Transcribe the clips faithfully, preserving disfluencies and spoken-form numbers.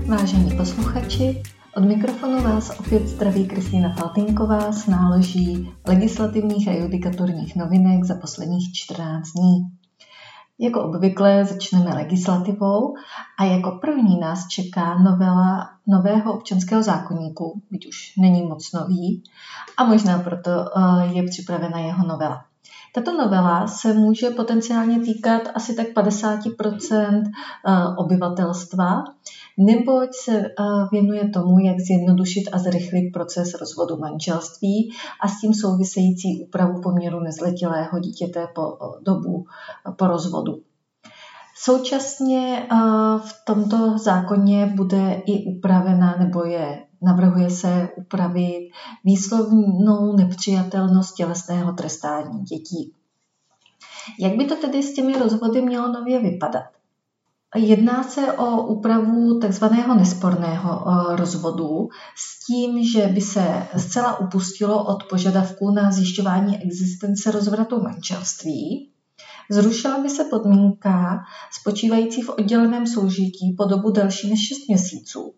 Vážení posluchači, od mikrofonu vás opět zdraví Kristýna Faltýnková s náloží legislativních a judikaturních novinek za posledních čtrnáct dní. Jako obvykle začneme legislativou a jako první nás čeká novela nového občanského zákoníku, byť už není moc nový, a možná proto je připravena jeho novela. Tato novela se může potenciálně týkat asi tak padesát procent obyvatelstva, neboť se věnuje tomu, jak zjednodušit a zrychlit proces rozvodu manželství a s tím související úpravu poměru nezletilého dítěte po dobu po rozvodu. Současně v tomto zákoně bude i upravena, nebo je navrhuje se upravit výslovnou nepřijatelnost tělesného trestání dětí. Jak by to tedy s těmi rozvody mělo nově vypadat? Jedná se o úpravu takzvaného nesporného rozvodu s tím, že by se zcela upustilo od požadavků na zjišťování existence rozvratu manželství. Zrušila by se podmínka spočívající v odděleném soužití po dobu delší než šest měsíců.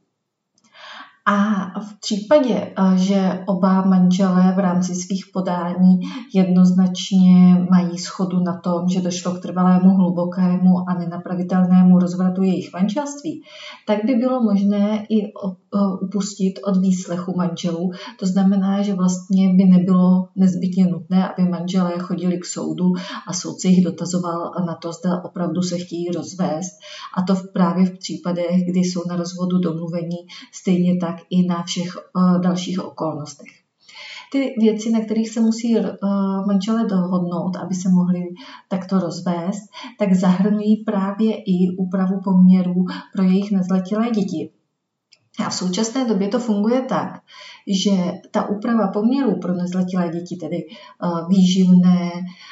A v případě, že oba manželé v rámci svých podání jednoznačně mají shodu na tom, že došlo k trvalému, hlubokému a nenapravitelnému rozvratu jejich manželství, tak by bylo možné i upustit od výslechu manželů. To znamená, že vlastně by nebylo nezbytně nutné, aby manželé chodili k soudu a soudce jich dotazoval na to, zda opravdu se chtějí rozvést. A to právě v případech, kdy jsou na rozvodu domluvení, stejně tak i na všech uh, dalších okolnostech. Ty věci, na kterých se musí uh, manželé dohodnout, aby se mohli takto rozvést, tak zahrnují právě i úpravu poměrů pro jejich nezletilé děti. A v současné době to funguje tak, že ta úprava poměrů pro nezletilé děti, tedy uh, výživné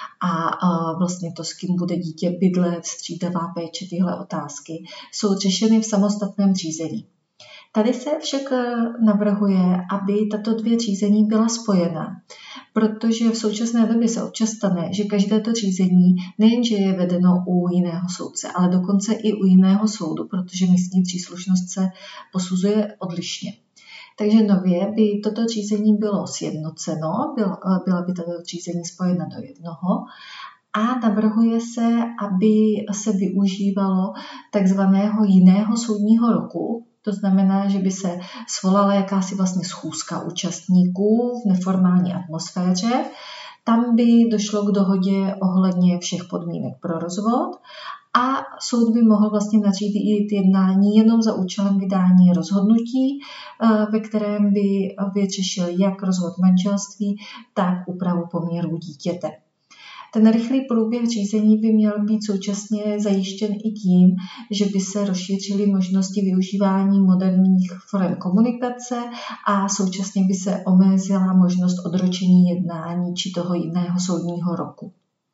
a uh, vlastně to, s kým bude dítě bydlet, střídavá péče, tyhle otázky, jsou řešeny v samostatném řízení. Tady se však navrhuje, aby tato dvě řízení byla spojena, protože v současné době se občas stane, že každé to řízení nejenže je vedeno u jiného soudce, ale dokonce i u jiného soudu, protože místní příslušnost se posuzuje odlišně. Takže nově by toto řízení bylo sjednoceno, byla by tato řízení spojena do jednoho a navrhuje se, aby se využívalo takzvaného jiného soudního roku. To znamená, že by se svolala jakási vlastně schůzka účastníků v neformální atmosféře. Tam by došlo k dohodě ohledně všech podmínek pro rozvod a soud by mohl vlastně nařídit jednání jenom za účelem vydání rozhodnutí, ve kterém by vyřešil jak rozvod manželství, tak úpravu poměrů dítěte. Ten rychlý průběh řízení by měl být současně zajištěn i tím, že by se rozšířily možnosti využívání moderních forem komunikace a současně by se omezila možnost odročení jednání či toho jiného soudního roku.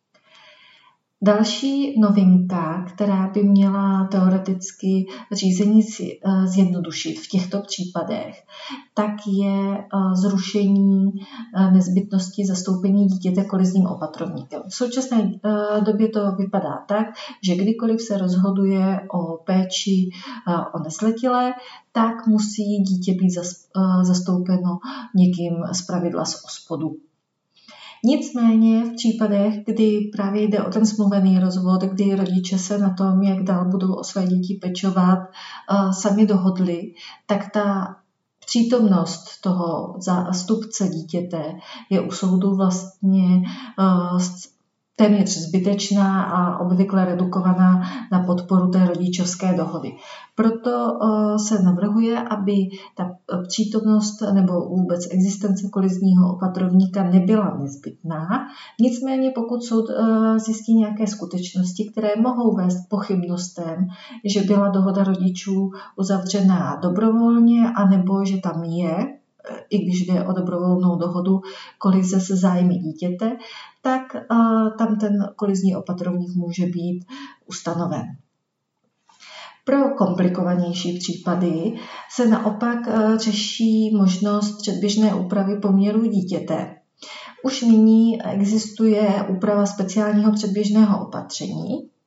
Další novinka, která by měla teoreticky řízení zjednodušit v těchto případech, tak je zrušení nezbytnosti zastoupení dítěte kolizním opatrovníkem. V současné době to vypadá tak, že kdykoliv se rozhoduje o péči o nezletilé, tak musí dítě být zastoupeno někým zpravidla z ospodu. Nicméně v případech, kdy právě jde o ten smluvený rozvod, kdy rodiče se na tom, jak dál budou o své děti pečovat, sami dohodli, tak ta přítomnost toho zástupce dítěte je u soudu vlastně téměř zbytečná a obvykle redukovaná na podporu té rodičovské dohody. Proto se navrhuje, aby ta přítomnost nebo vůbec existence kolizního opatrovníka nebyla nezbytná. Nicméně pokud soud zjistí nějaké skutečnosti, které mohou vést k pochybnostem, že byla dohoda rodičů uzavřená dobrovolně, anebo že tam je, i když jde o dobrovolnou dohodu, kolize se zájmy dítěte, tak uh, tam ten kolizní opatrovník může být ustanoven. Pro komplikovanější případy se naopak uh, řeší možnost předběžné úpravy poměru dítěte. Už nyní existuje úprava speciálního předběžného opatření,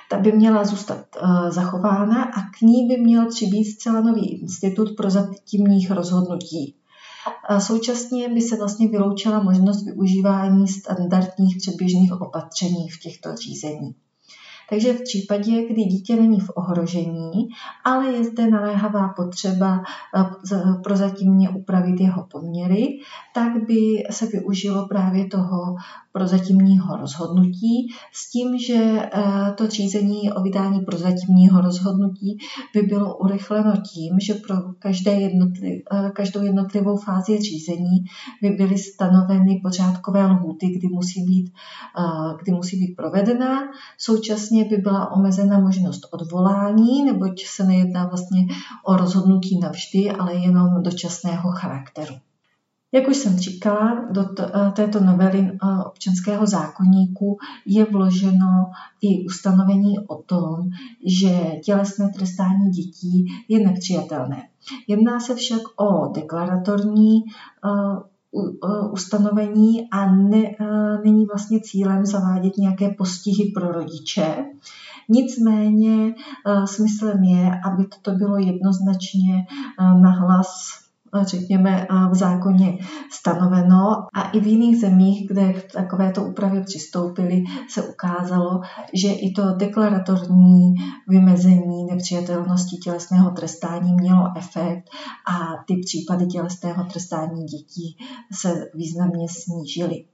ta by měla zůstat uh, zachována a k ní by měl přibýt zcela nový institut prozatímních rozhodnutí. A současně by se vlastně vyloučila možnost využívání standardních předběžných opatření v těchto řízeních. Takže v případě, kdy dítě není v ohrožení, ale je zde naléhavá potřeba prozatímně upravit jeho poměry, tak by se využilo právě toho prozatímního rozhodnutí s tím, že to řízení o vydání prozatímního rozhodnutí by bylo urychleno tím, že pro každé jednotliv, každou jednotlivou fázi řízení by byly stanoveny pořádkové lhůty, kdy musí být, kdy musí být provedena. Současně by byla omezena možnost odvolání, neboť se nejedná vlastně o rozhodnutí navždy, ale jenom dočasného charakteru. Jak už jsem říkala, do této novely občanského zákoníku je vloženo i ustanovení o tom, že tělesné trestání dětí je nepřijatelné. Jedná se však o deklaratorní ustanovení a ne, není vlastně cílem zavádět nějaké postihy pro rodiče. Nicméně smyslem je, aby toto bylo jednoznačně nahlas, řekněme, v zákoně stanoveno, a i v jiných zemích, kde k takovéto úpravě přistoupili, se ukázalo, že i to deklaratorní vymezení nepřijatelnosti tělesného trestání mělo efekt a ty případy tělesného trestání dětí se významně snížily.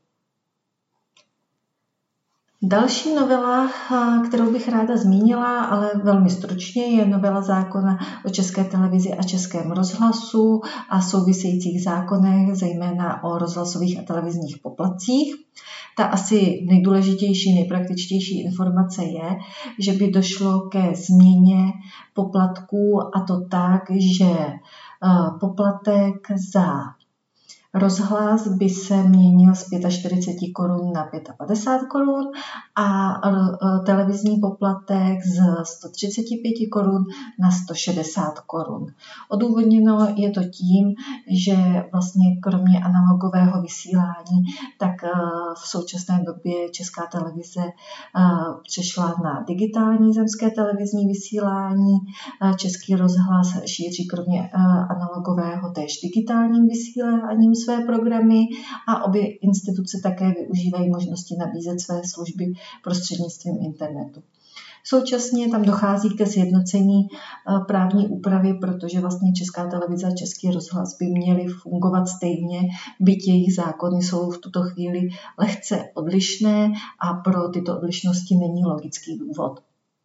Další novela, kterou bych ráda zmínila, ale velmi stručně, je novela zákona o České televizi a Českém rozhlasu a souvisejících zákonech, zejména o rozhlasových a televizních poplatcích. Ta asi nejdůležitější, nejpraktičtější informace je, že by došlo ke změně poplatků, a to tak, že poplatek za rozhlas by se měnil z čtyřicet pět korun na padesát pět korun a televizní poplatek z sto třicet pět korun na sto šedesát korun. Odůvodněno je to tím, že vlastně kromě analogového vysílání, tak v současné době Česká televize přešla na digitální zemské televizní vysílání. Český rozhlas šíří kromě analogového též digitálním vysíláním své programy a obě instituce také využívají možnosti nabízet své služby prostřednictvím internetu. Současně tam dochází ke sjednocení právní úpravy, protože vlastně Česká televize a Český rozhlas by měly fungovat stejně, byť jejich zákony jsou v tuto chvíli lehce odlišné a pro tyto odlišnosti není logický důvod.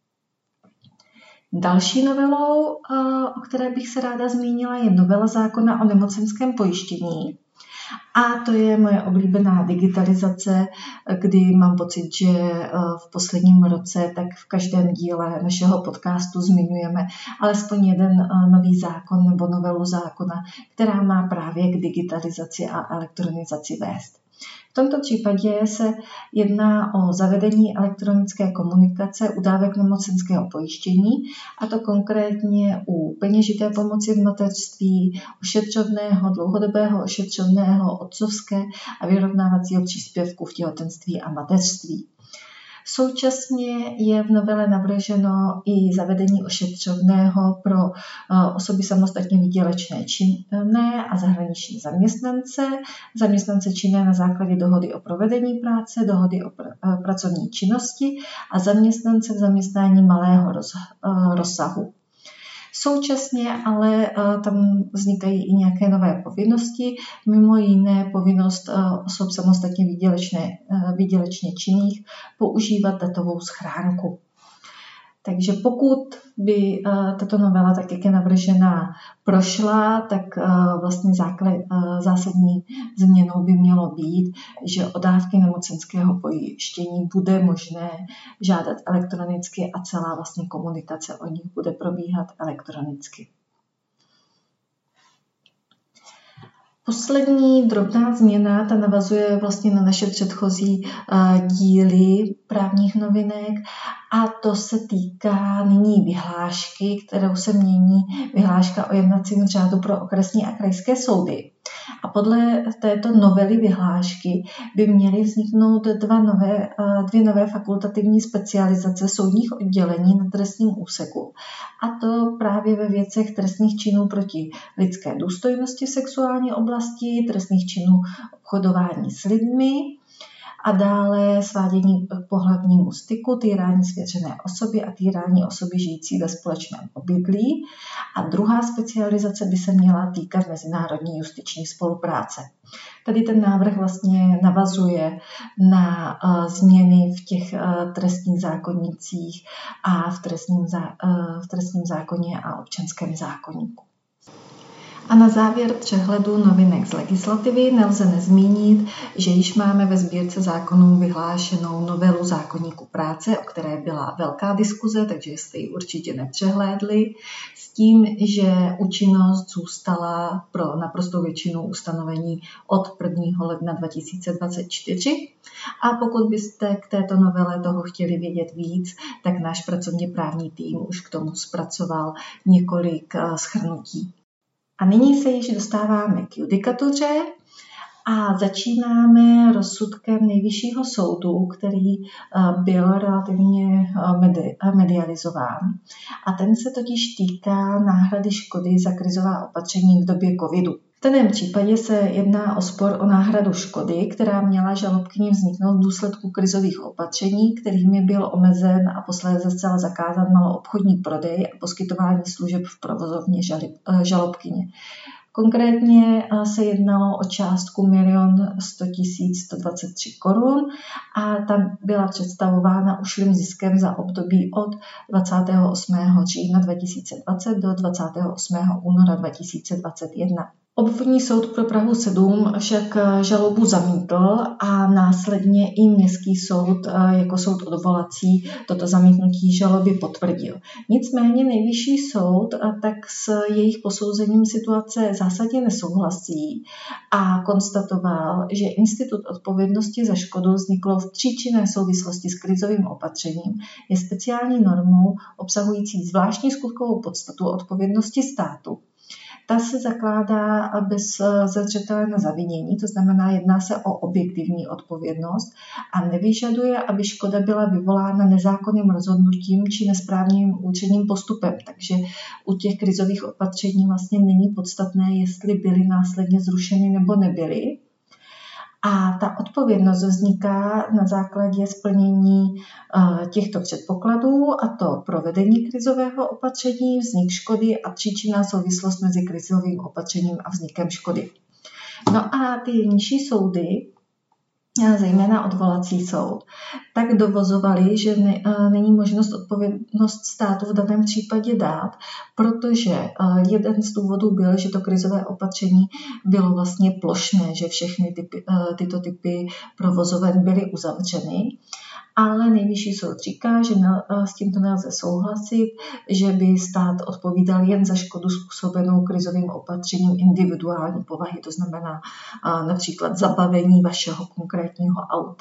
Další novelou, o které bych se ráda zmínila, je novela zákona o nemocenském pojištění. A to je moje oblíbená digitalizace, kdy mám pocit, že v posledním roce tak v každém díle našeho podcastu zmiňujeme alespoň jeden nový zákon nebo novelu zákona, která má právě k digitalizaci a elektronizaci vést. V tomto případě se jedná o zavedení elektronické komunikace u dávek nemocenského pojištění, a to konkrétně u peněžité pomoci v mateřství, ošetřovného, dlouhodobého ošetřovného, otcovské a vyrovnávacího příspěvku v těhotenství a mateřství. Současně je v novele navrženo i zavedení ošetřovného pro osoby samostatně výdělečné činné a zahraniční zaměstnance, zaměstnance činné na základě dohody o provedení práce, dohody o pr- pracovní činnosti a zaměstnance v zaměstnání malého roz, rozsahu. Současně ale tam vznikají i nějaké nové povinnosti, mimo jiné povinnost osob samostatně výdělečné, výdělečně činných používat datovou schránku. Takže pokud by tato novela, tak jak je navržená, prošla, tak vlastně základ, zásadní změnou by mělo být, že o dávky nemocenského pojištění bude možné žádat elektronicky a celá vlastně komunikace o nich bude probíhat elektronicky. Poslední drobná změna, ta navazuje vlastně na naše předchozí díly právních novinek, a to se týká nyní vyhlášky, kterou se mění vyhláška o jednacím řádu pro okresní a krajské soudy. A podle této novely vyhlášky by měly vzniknout dva nové, dvě nové fakultativní specializace soudních oddělení na trestním úseku. A to právě ve věcech trestných činů proti lidské důstojnosti v sexuální oblasti, trestných činů obchodování s lidmi a dále svádění k pohlavnímu styku, týrání svěřené osoby a týrání osoby žijící ve společném obydlí. A druhá specializace by se měla týkat mezinárodní justiční spolupráce. Tady ten návrh vlastně navazuje na uh, změny v těch uh, trestních zákonících a v trestním, zá, uh, v trestním zákoně a občanském zákoníku. A na závěr přehledu novinek z legislativy nelze nezmínit, že již máme ve sbírce zákonů vyhlášenou novelu zákoníku práce, o které byla velká diskuze, takže jste ji určitě nepřehlédli, s tím, že účinnost zůstala pro naprostou většinu ustanovení od prvního ledna dva tisíce dvacet čtyři. A pokud byste k této novele toho chtěli vědět víc, tak náš pracovně právní tým už k tomu zpracoval několik shrnutí. A nyní se již dostáváme k judikatuře a začínáme rozsudkem Nejvyššího soudu, který byl relativně medializován. A ten se totiž týká náhrady škody za krizová opatření v době covidu. V daném případě se jedná o spor o náhradu škody, která měla žalobkyni vzniknout v důsledku krizových opatření, kterými byl omezen a posléze zcela zakázán maloobchodní prodej a poskytování služeb v provozovně žalobkyně. Konkrétně se jednalo o částku milion sto tisíc sto dvacet tři korun a ta byla představována ušlým ziskem za období od dvacátého osmého října dva tisíce dvacet do dvacátého osmého února dva tisíce dvacet jedna. Obvodní soud pro Prahu sedm však žalobu zamítl a následně i Městský soud jako soud odvolací toto zamítnutí žaloby potvrdil. Nicméně Nejvyšší soud tak s jejich posouzením situace zásadně nesouhlasí a konstatoval, že institut odpovědnosti za škodu vzniklo v příčinné souvislosti s krizovým opatřením, je speciální normou obsahující zvláštní skutkovou podstatu odpovědnosti státu. Ta se zakládá bez zřetele na zavinění, to znamená, jedná se o objektivní odpovědnost a nevyžaduje, aby škoda byla vyvolána nezákonným rozhodnutím či nesprávným úředním postupem. Takže u těch krizových opatření vlastně není podstatné, jestli byly následně zrušeny nebo nebyly. A ta odpovědnost vzniká na základě splnění těchto předpokladů, a to provedení krizového opatření, vznik škody a příčinná souvislost mezi krizovým opatřením a vznikem škody. No a ty nižší soudy, zejména odvolací soud, tak dovozovali, že ne, není možnost odpovědnost státu v daném případě dát, protože jeden z důvodů byl, že to krizové opatření bylo vlastně plošné, že všechny typy, tyto typy provozoven byly uzavřeny. Ale Nejvyšší soud říká, že s tímto nelze souhlasit, že by stát odpovídal jen za škodu způsobenou krizovým opatřením individuální povahy, to znamená například zabavení vašeho konkrétního auta.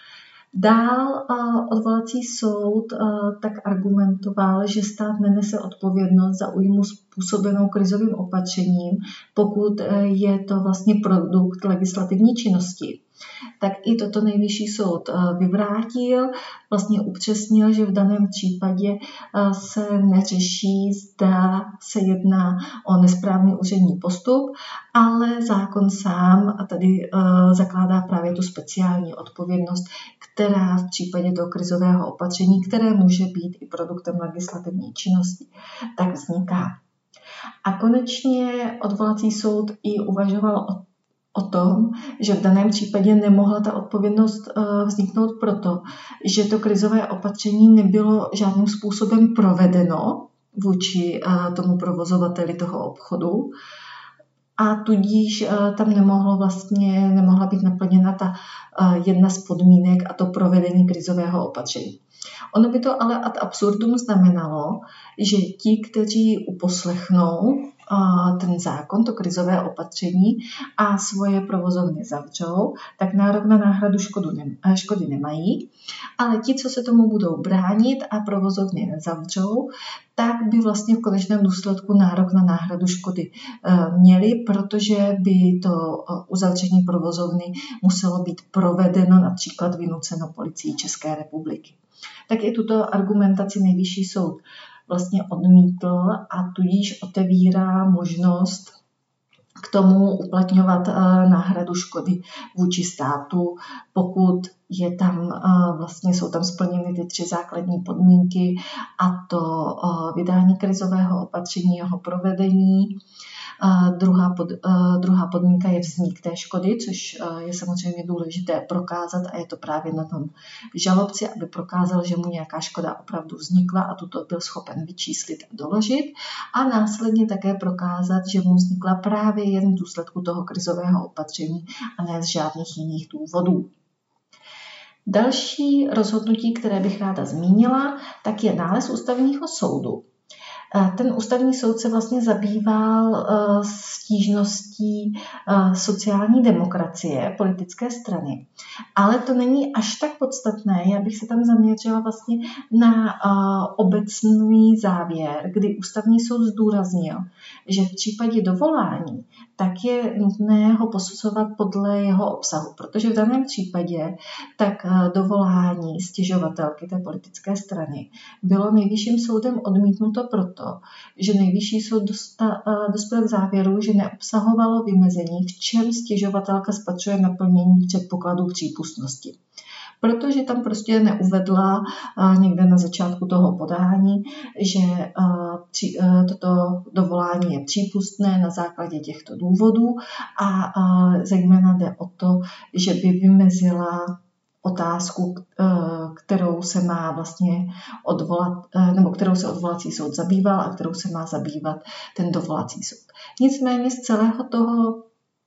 Dál odvolací soud tak argumentoval, že stát nenese odpovědnost za újmu způsobenou krizovým opatřením, pokud je to vlastně produkt legislativní činnosti. Tak i toto Nejvyšší soud vyvrátil, vlastně upřesnil, že v daném případě se neřeší, zda se jedná o nesprávný úřední postup, ale zákon sám a tady zakládá právě tu speciální odpovědnost, která v případě toho krizového opatření, které může být i produktem legislativní činnosti, tak vzniká. A konečně odvolací soud i uvažoval o o tom, že v daném případě nemohla ta odpovědnost vzniknout proto, že to krizové opatření nebylo žádným způsobem provedeno vůči tomu provozovateli toho obchodu a tudíž tam nemohlo vlastně, nemohla být naplněna ta jedna z podmínek, a to provedení krizového opatření. Ono by to ale ad absurdum znamenalo, že ti, kteří uposlechnou ten zákon, to krizové opatření a svoje provozovny zavřou, tak nárok na náhradu škodu ne, škody nemají, ale ti, co se tomu budou bránit a provozovny nezavřou, tak by vlastně v konečném důsledku nárok na náhradu škody měli, protože by to uzavření provozovny muselo být provedeno, například vynuceno policií České republiky. Tak i tuto argumentaci Nejvyšší soud vlastně odmítl a tudíž otevírá možnost k tomu uplatňovat náhradu škody vůči státu, pokud je tam, vlastně jsou tam splněny ty tři základní podmínky, a to vydání krizového opatření, jeho provedení. Druhá, pod, druhá podmínka je vznik té škody, což je samozřejmě důležité prokázat a je to právě na tom žalobci, aby prokázal, že mu nějaká škoda opravdu vznikla a tuto byl schopen vyčíslit a doložit, a následně také prokázat, že mu vznikla právě jen v důsledku toho krizového opatření a ne z žádných jiných důvodů. Další rozhodnutí, které bych ráda zmínila, tak je nález Ústavního soudu. Ten ústavní soud se vlastně zabýval stížností sociální demokracie, politické strany. Ale to není až tak podstatné. Já bych se tam zaměřila vlastně na obecný závěr, kdy ústavní soud zdůraznil, že v případě dovolání tak je nutné ho posuzovat podle jeho obsahu, protože v daném případě tak dovolání stěžovatelky té politické strany bylo Nejvyšším soudem odmítnuto proto, že Nejvyšší soud dospěl k závěru, že neobsahovalo vymezení, v čem stěžovatelka spatřuje naplnění předpokladů přípustnosti. Protože tam prostě neuvedla někde na začátku toho podání, že toto dovolání je přípustné na základě těchto důvodů, a zejména jde o to, že by vymezila otázku, kterou se má vlastně odvolat, nebo kterou se odvolací soud zabýval a kterou se má zabývat ten dovolací soud. Nicméně z celého toho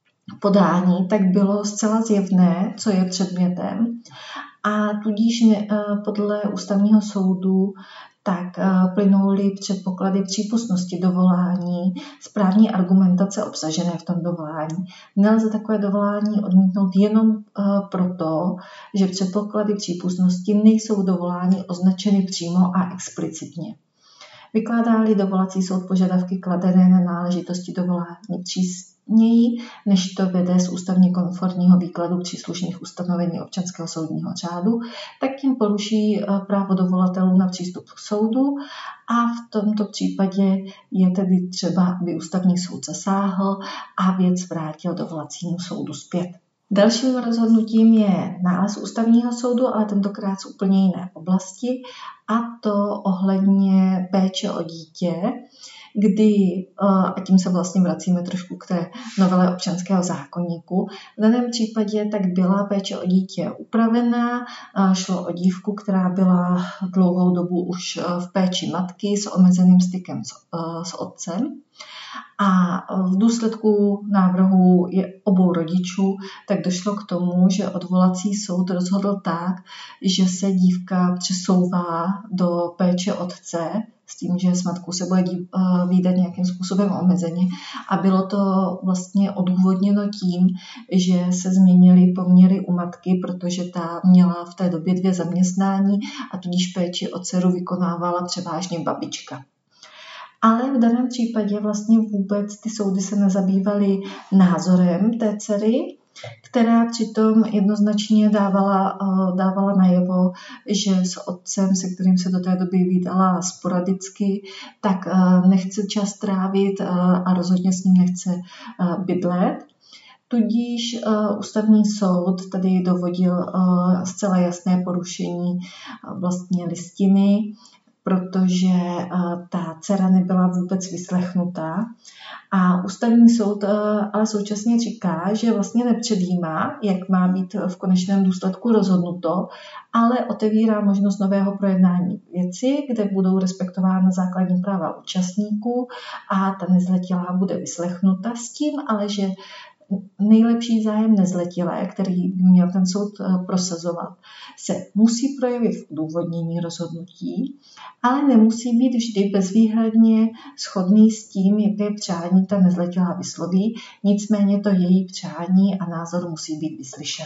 podání tak bylo zcela zjevné, co je předmětem, a tudíž ne, podle ústavního soudu tak plynouly předpoklady přípustnosti dovolání, správní argumentace obsažené v tom dovolání. Nelze takové dovolání odmítnout jenom proto, že předpoklady přípustnosti nejsou dovolání označeny přímo a explicitně. Vykládá-li dovolací soud požadavky kladené na náležitosti dovolání přísněji, než to vede z ústavně konformního výkladu příslušných ustanovení občanského soudního řádu, tak tím poruší právo dovolatelů na přístup k soudu, a v tomto případě je tedy třeba, aby ústavní soud zasáhl a věc vrátil dovolacímu soudu zpět. Dalším rozhodnutím je nález ústavního soudu, ale tentokrát z úplně jiné oblasti, a to ohledně péče o dítě, kdy, a tím se vlastně vracíme trošku k té novele občanského zákoníku, v daném případě tak byla péče o dítě upravená, šlo o dívku, která byla dlouhou dobu už v péči matky s omezeným stykem s, s otcem. A v důsledku návrhu obou rodičů tak došlo k tomu, že odvolací soud rozhodl tak, že se dívka přesouvá do péče otce s tím, že s matkou se bude vídat nějakým způsobem omezeně. A bylo to vlastně odůvodněno tím, že se změnily poměry u matky, protože ta měla v té době dvě zaměstnání a tudíž péči o dceru vykonávala převážně babička. Ale v daném případě vlastně vůbec ty soudy se nezabývaly názorem té dcery, která přitom jednoznačně dávala, dávala najevo, že s otcem, se kterým se do té doby vídala sporadicky, tak nechce čas trávit a rozhodně s ním nechce bydlet. Tudíž uh, ústavní soud tady dovodil uh, zcela jasné porušení uh, vlastně listiny, protože ta dcera nebyla vůbec vyslechnutá. A ústavní soud ale současně říká, že vlastně nepředjímá, jak má být v konečném důsledku rozhodnuto, ale otevírá možnost nového projednání věci, kde budou respektována základní práva účastníků a ta nezletilá bude vyslechnuta s tím, ale že nejlepší zájem nezletilé, který by měl ten soud prosazovat, se musí projevit v odůvodnění rozhodnutí, ale nemusí být vždy bezvýhradně shodný s tím, jaké přání ta nezletilá vysloví, nicméně to její přání a názor musí být vyslyšen.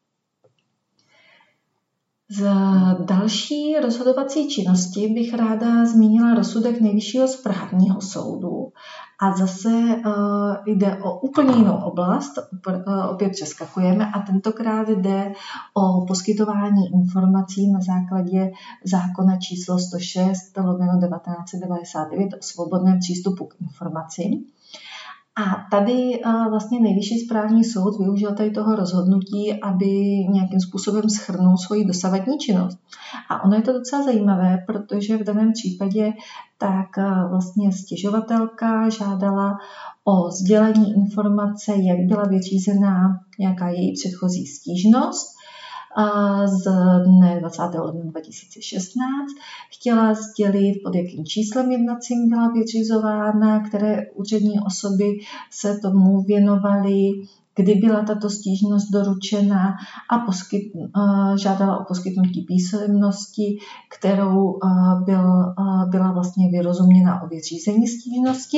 Z další rozhodovací činnosti bych ráda zmínila rozsudek Nejvyššího správního soudu. A zase uh, jde o úplně jinou oblast, uh, opět přeskakujeme, a tentokrát jde o poskytování informací na základě zákona číslo sto šest lomeno devatenáct set devadesát devět o svobodném přístupu k informacím. A tady vlastně Nejvyšší správní soud využil tady toho rozhodnutí, aby nějakým způsobem shrnul svoji dosavadní činnost. A ono je to docela zajímavé, protože v daném případě tak vlastně stěžovatelka žádala o sdělení informace, jak byla vyřízená nějaká její předchozí stížnost z dne dvacátého ledna dva tisíce šestnáct. Chtěla sdělit, pod jakým číslem jednacím byla vyřizována, které úřední osoby se tomu věnovaly, kdy byla tato stížnost doručena a poskyt, žádala o poskytnutí písemnosti, kterou byl, byla vlastně vyrozuměna o vyřízení stížnosti.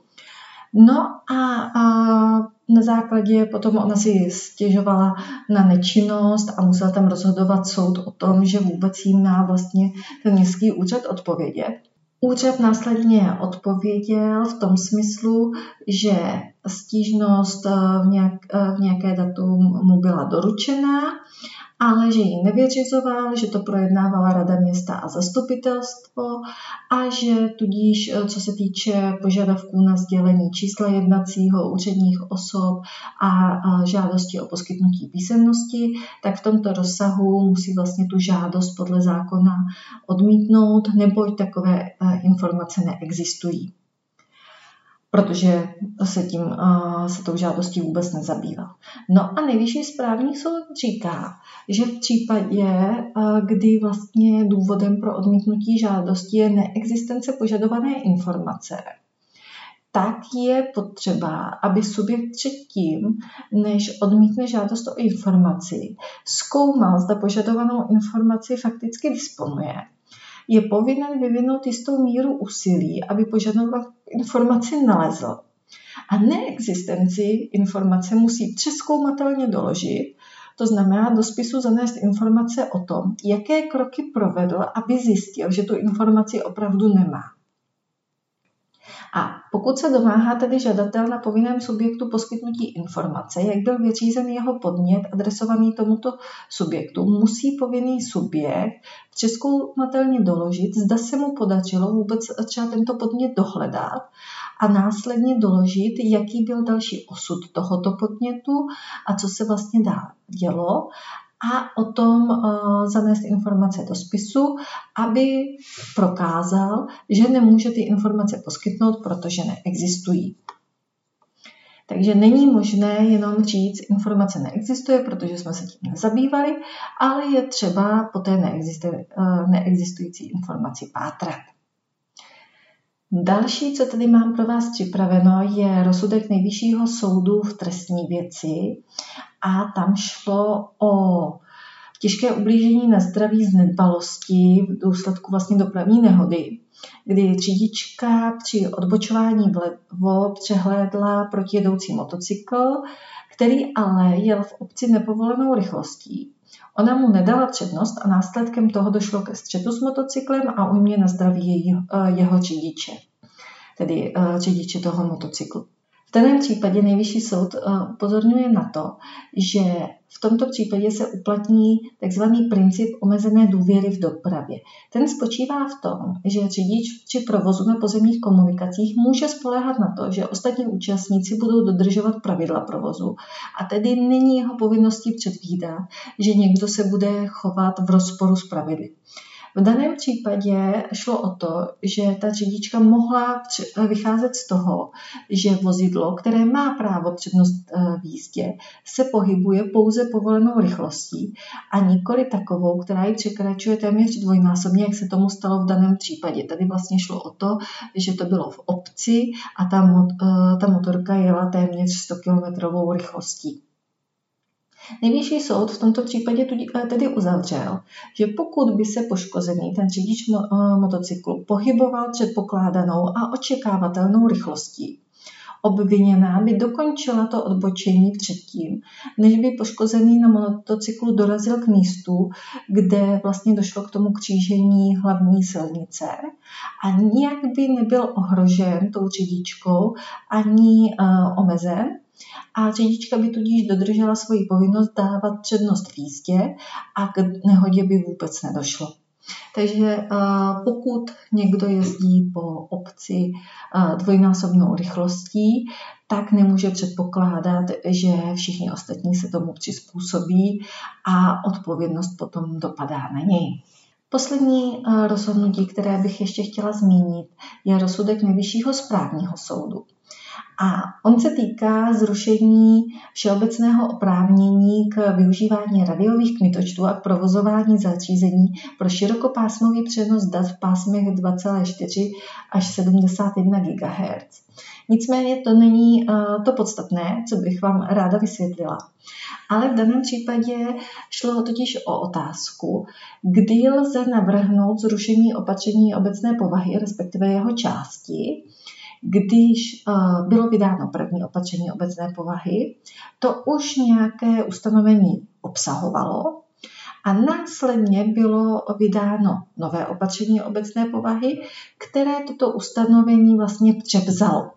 No a, a na základě potom ona si stěžovala na nečinnost a musela tam rozhodovat soud o tom, že vůbec jim má vlastně ten městský úřad odpovědět. Úřad následně odpověděl v tom smyslu, že stížnost v, nějak, v nějaké datum mu byla doručena, ale že ji nevyřizoval, že to projednávala Rada města a zastupitelstvo a že tudíž, co se týče požadavků na sdělení čísla jednacího, úředních osob a žádosti o poskytnutí písemnosti, tak v tomto rozsahu musí vlastně tu žádost podle zákona odmítnout, neboť takové informace neexistují, protože se, tím, se tou žádostí vůbec nezabýval. No a Nejvyšší správní soud říká, že v případě, kdy vlastně důvodem pro odmítnutí žádosti je neexistence požadované informace, tak je potřeba, aby subjekt předtím, než odmítne žádost o informaci, zkoumal, zda požadovanou informaci fakticky disponuje. Je povinen vyvinout jistou míru úsilí, aby požadovanou informaci nalezl. A neexistenci informace musí přezkoumatelně doložit, to znamená do spisu zanést informace o tom, jaké kroky provedl, aby zjistil, že tu informaci opravdu nemá. A pokud se domáhá tedy žadatel na povinném subjektu poskytnutí informace, jak byl vyřízen jeho podnět adresovaný tomuto subjektu, musí povinný subjekt přezkoumatelně doložit, zda se mu podařilo vůbec třeba tento podnět dohledat a následně doložit, jaký byl další osud tohoto podnětu a co se vlastně dál dělo, a o tom uh, zanést informace do spisu, aby prokázal, že nemůže ty informace poskytnout, protože neexistují. Takže není možné jenom říct, informace neexistuje, protože jsme se tím nezabývali, ale je třeba po té neexistu- uh, neexistující informaci pátrat. Další, co tady mám pro vás připraveno, je rozsudek Nejvyššího soudu v trestní věci a tam šlo o těžké ublížení na zdraví z nedbalosti v důsledku vlastně dopravní nehody, kdy řidička při odbočování vlevo přehlédla protijedoucí motocykl, který ale jel v obci nepovolenou rychlostí. Ona mu nedala přednost a následkem toho došlo ke střetu s motocyklem a újmě na zdraví jeho, jeho řidiče, tedy řidiče toho motocyklu. V daném případě Nejvyšší soud upozorňuje na to, že v tomto případě se uplatní tzv. Princip omezené důvěry v dopravě. Ten spočívá v tom, že řidič při provozu na pozemních komunikacích může spoléhat na to, že ostatní účastníci budou dodržovat pravidla provozu a tedy není jeho povinností předvídat, že někdo se bude chovat v rozporu s pravidly. V daném případě šlo o to, že ta řidička mohla vycházet z toho, že vozidlo, které má právo přednost v jízdě, se pohybuje pouze povolenou rychlostí a nikoli takovou, která ji překračuje téměř dvojnásobně, jak se tomu stalo v daném případě. Tady vlastně šlo o to, že to bylo v obci a ta, mot, ta motorka jela téměř sto kilometrovou rychlostí. Nejvyšší soud v tomto případě tedy uzavřel, že pokud by se poškozený, ten řidič motocyklu, pohyboval předpokládanou a očekávatelnou rychlostí, obviněná by dokončila to odbočení předtím, než by poškozený na motocyklu dorazil k místu, kde vlastně došlo k tomu křížení hlavní silnice a nijak by nebyl ohrožen tou řidičkou ani uh, omezen. A řidička by tudíž dodržela svoji povinnost dávat přednost v jízdě a k nehodě by vůbec nedošlo. Takže pokud někdo jezdí po obci dvojnásobnou rychlostí, tak nemůže předpokládat, že všichni ostatní se tomu přizpůsobí a odpovědnost potom dopadá na něj. Poslední rozhodnutí, které bych ještě chtěla zmínit, je rozsudek Nejvyššího správního soudu. A on se týká zrušení všeobecného oprávnění k využívání radiových kmitočtů a k provozování zařízení pro širokopásmový přenos dat v pásmech dva celé čtyři až sedmdesát jedna gigahertz. Nicméně to není to podstatné, co bych vám ráda vysvětlila. Ale v daném případě šlo totiž o otázku, kdy lze navrhnout zrušení opatření obecné povahy, respektive jeho části, když uh, bylo vydáno první opatření obecné povahy, to už nějaké ustanovení obsahovalo a následně bylo vydáno nové opatření obecné povahy, které toto ustanovení vlastně převzalo.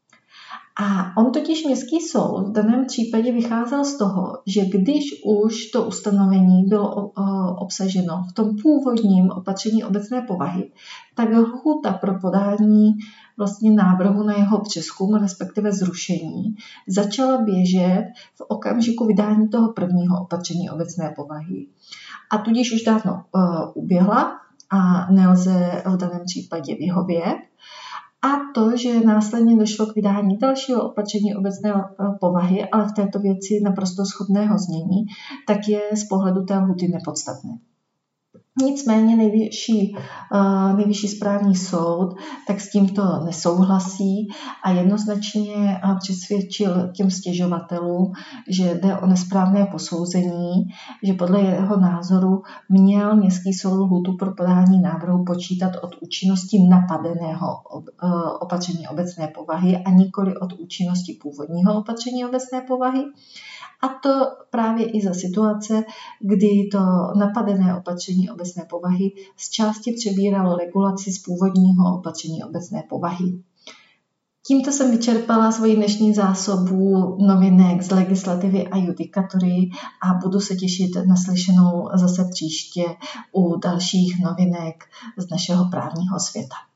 A on totiž městský soud v daném případě vycházel z toho, že když už to ustanovení bylo obsaženo v tom původním opatření obecné povahy, tak lhůta pro podání vlastně návrhu na jeho přezkum, respektive zrušení, začala běžet v okamžiku vydání toho prvního opatření obecné povahy. A tudíž už dávno uh, uběhla a nelze v daném případě vyhovět. A to, že následně došlo k vydání dalšího opatření obecné povahy, ale v této věci naprosto shodného znění, tak je z pohledu té lhůty nepodstatné. Nicméně nejvyšší, nejvyšší správní soud tak s tímto nesouhlasí a jednoznačně přesvědčil těm stěžovatelům, že jde o nesprávné posouzení, že podle jeho názoru měl městský soud lhůtu pro podání návrhu počítat od účinnosti napadeného opatření obecné povahy a nikoli od účinnosti původního opatření obecné povahy. A to právě i za situace, kdy to napadené opatření obecné povahy z části přebíralo regulaci z původního opatření obecné povahy. Tímto jsem vyčerpala svoji dnešní zásobu novinek z legislativy a judikatury a budu se těšit na slyšenou zase příště u dalších novinek z našeho právního světa.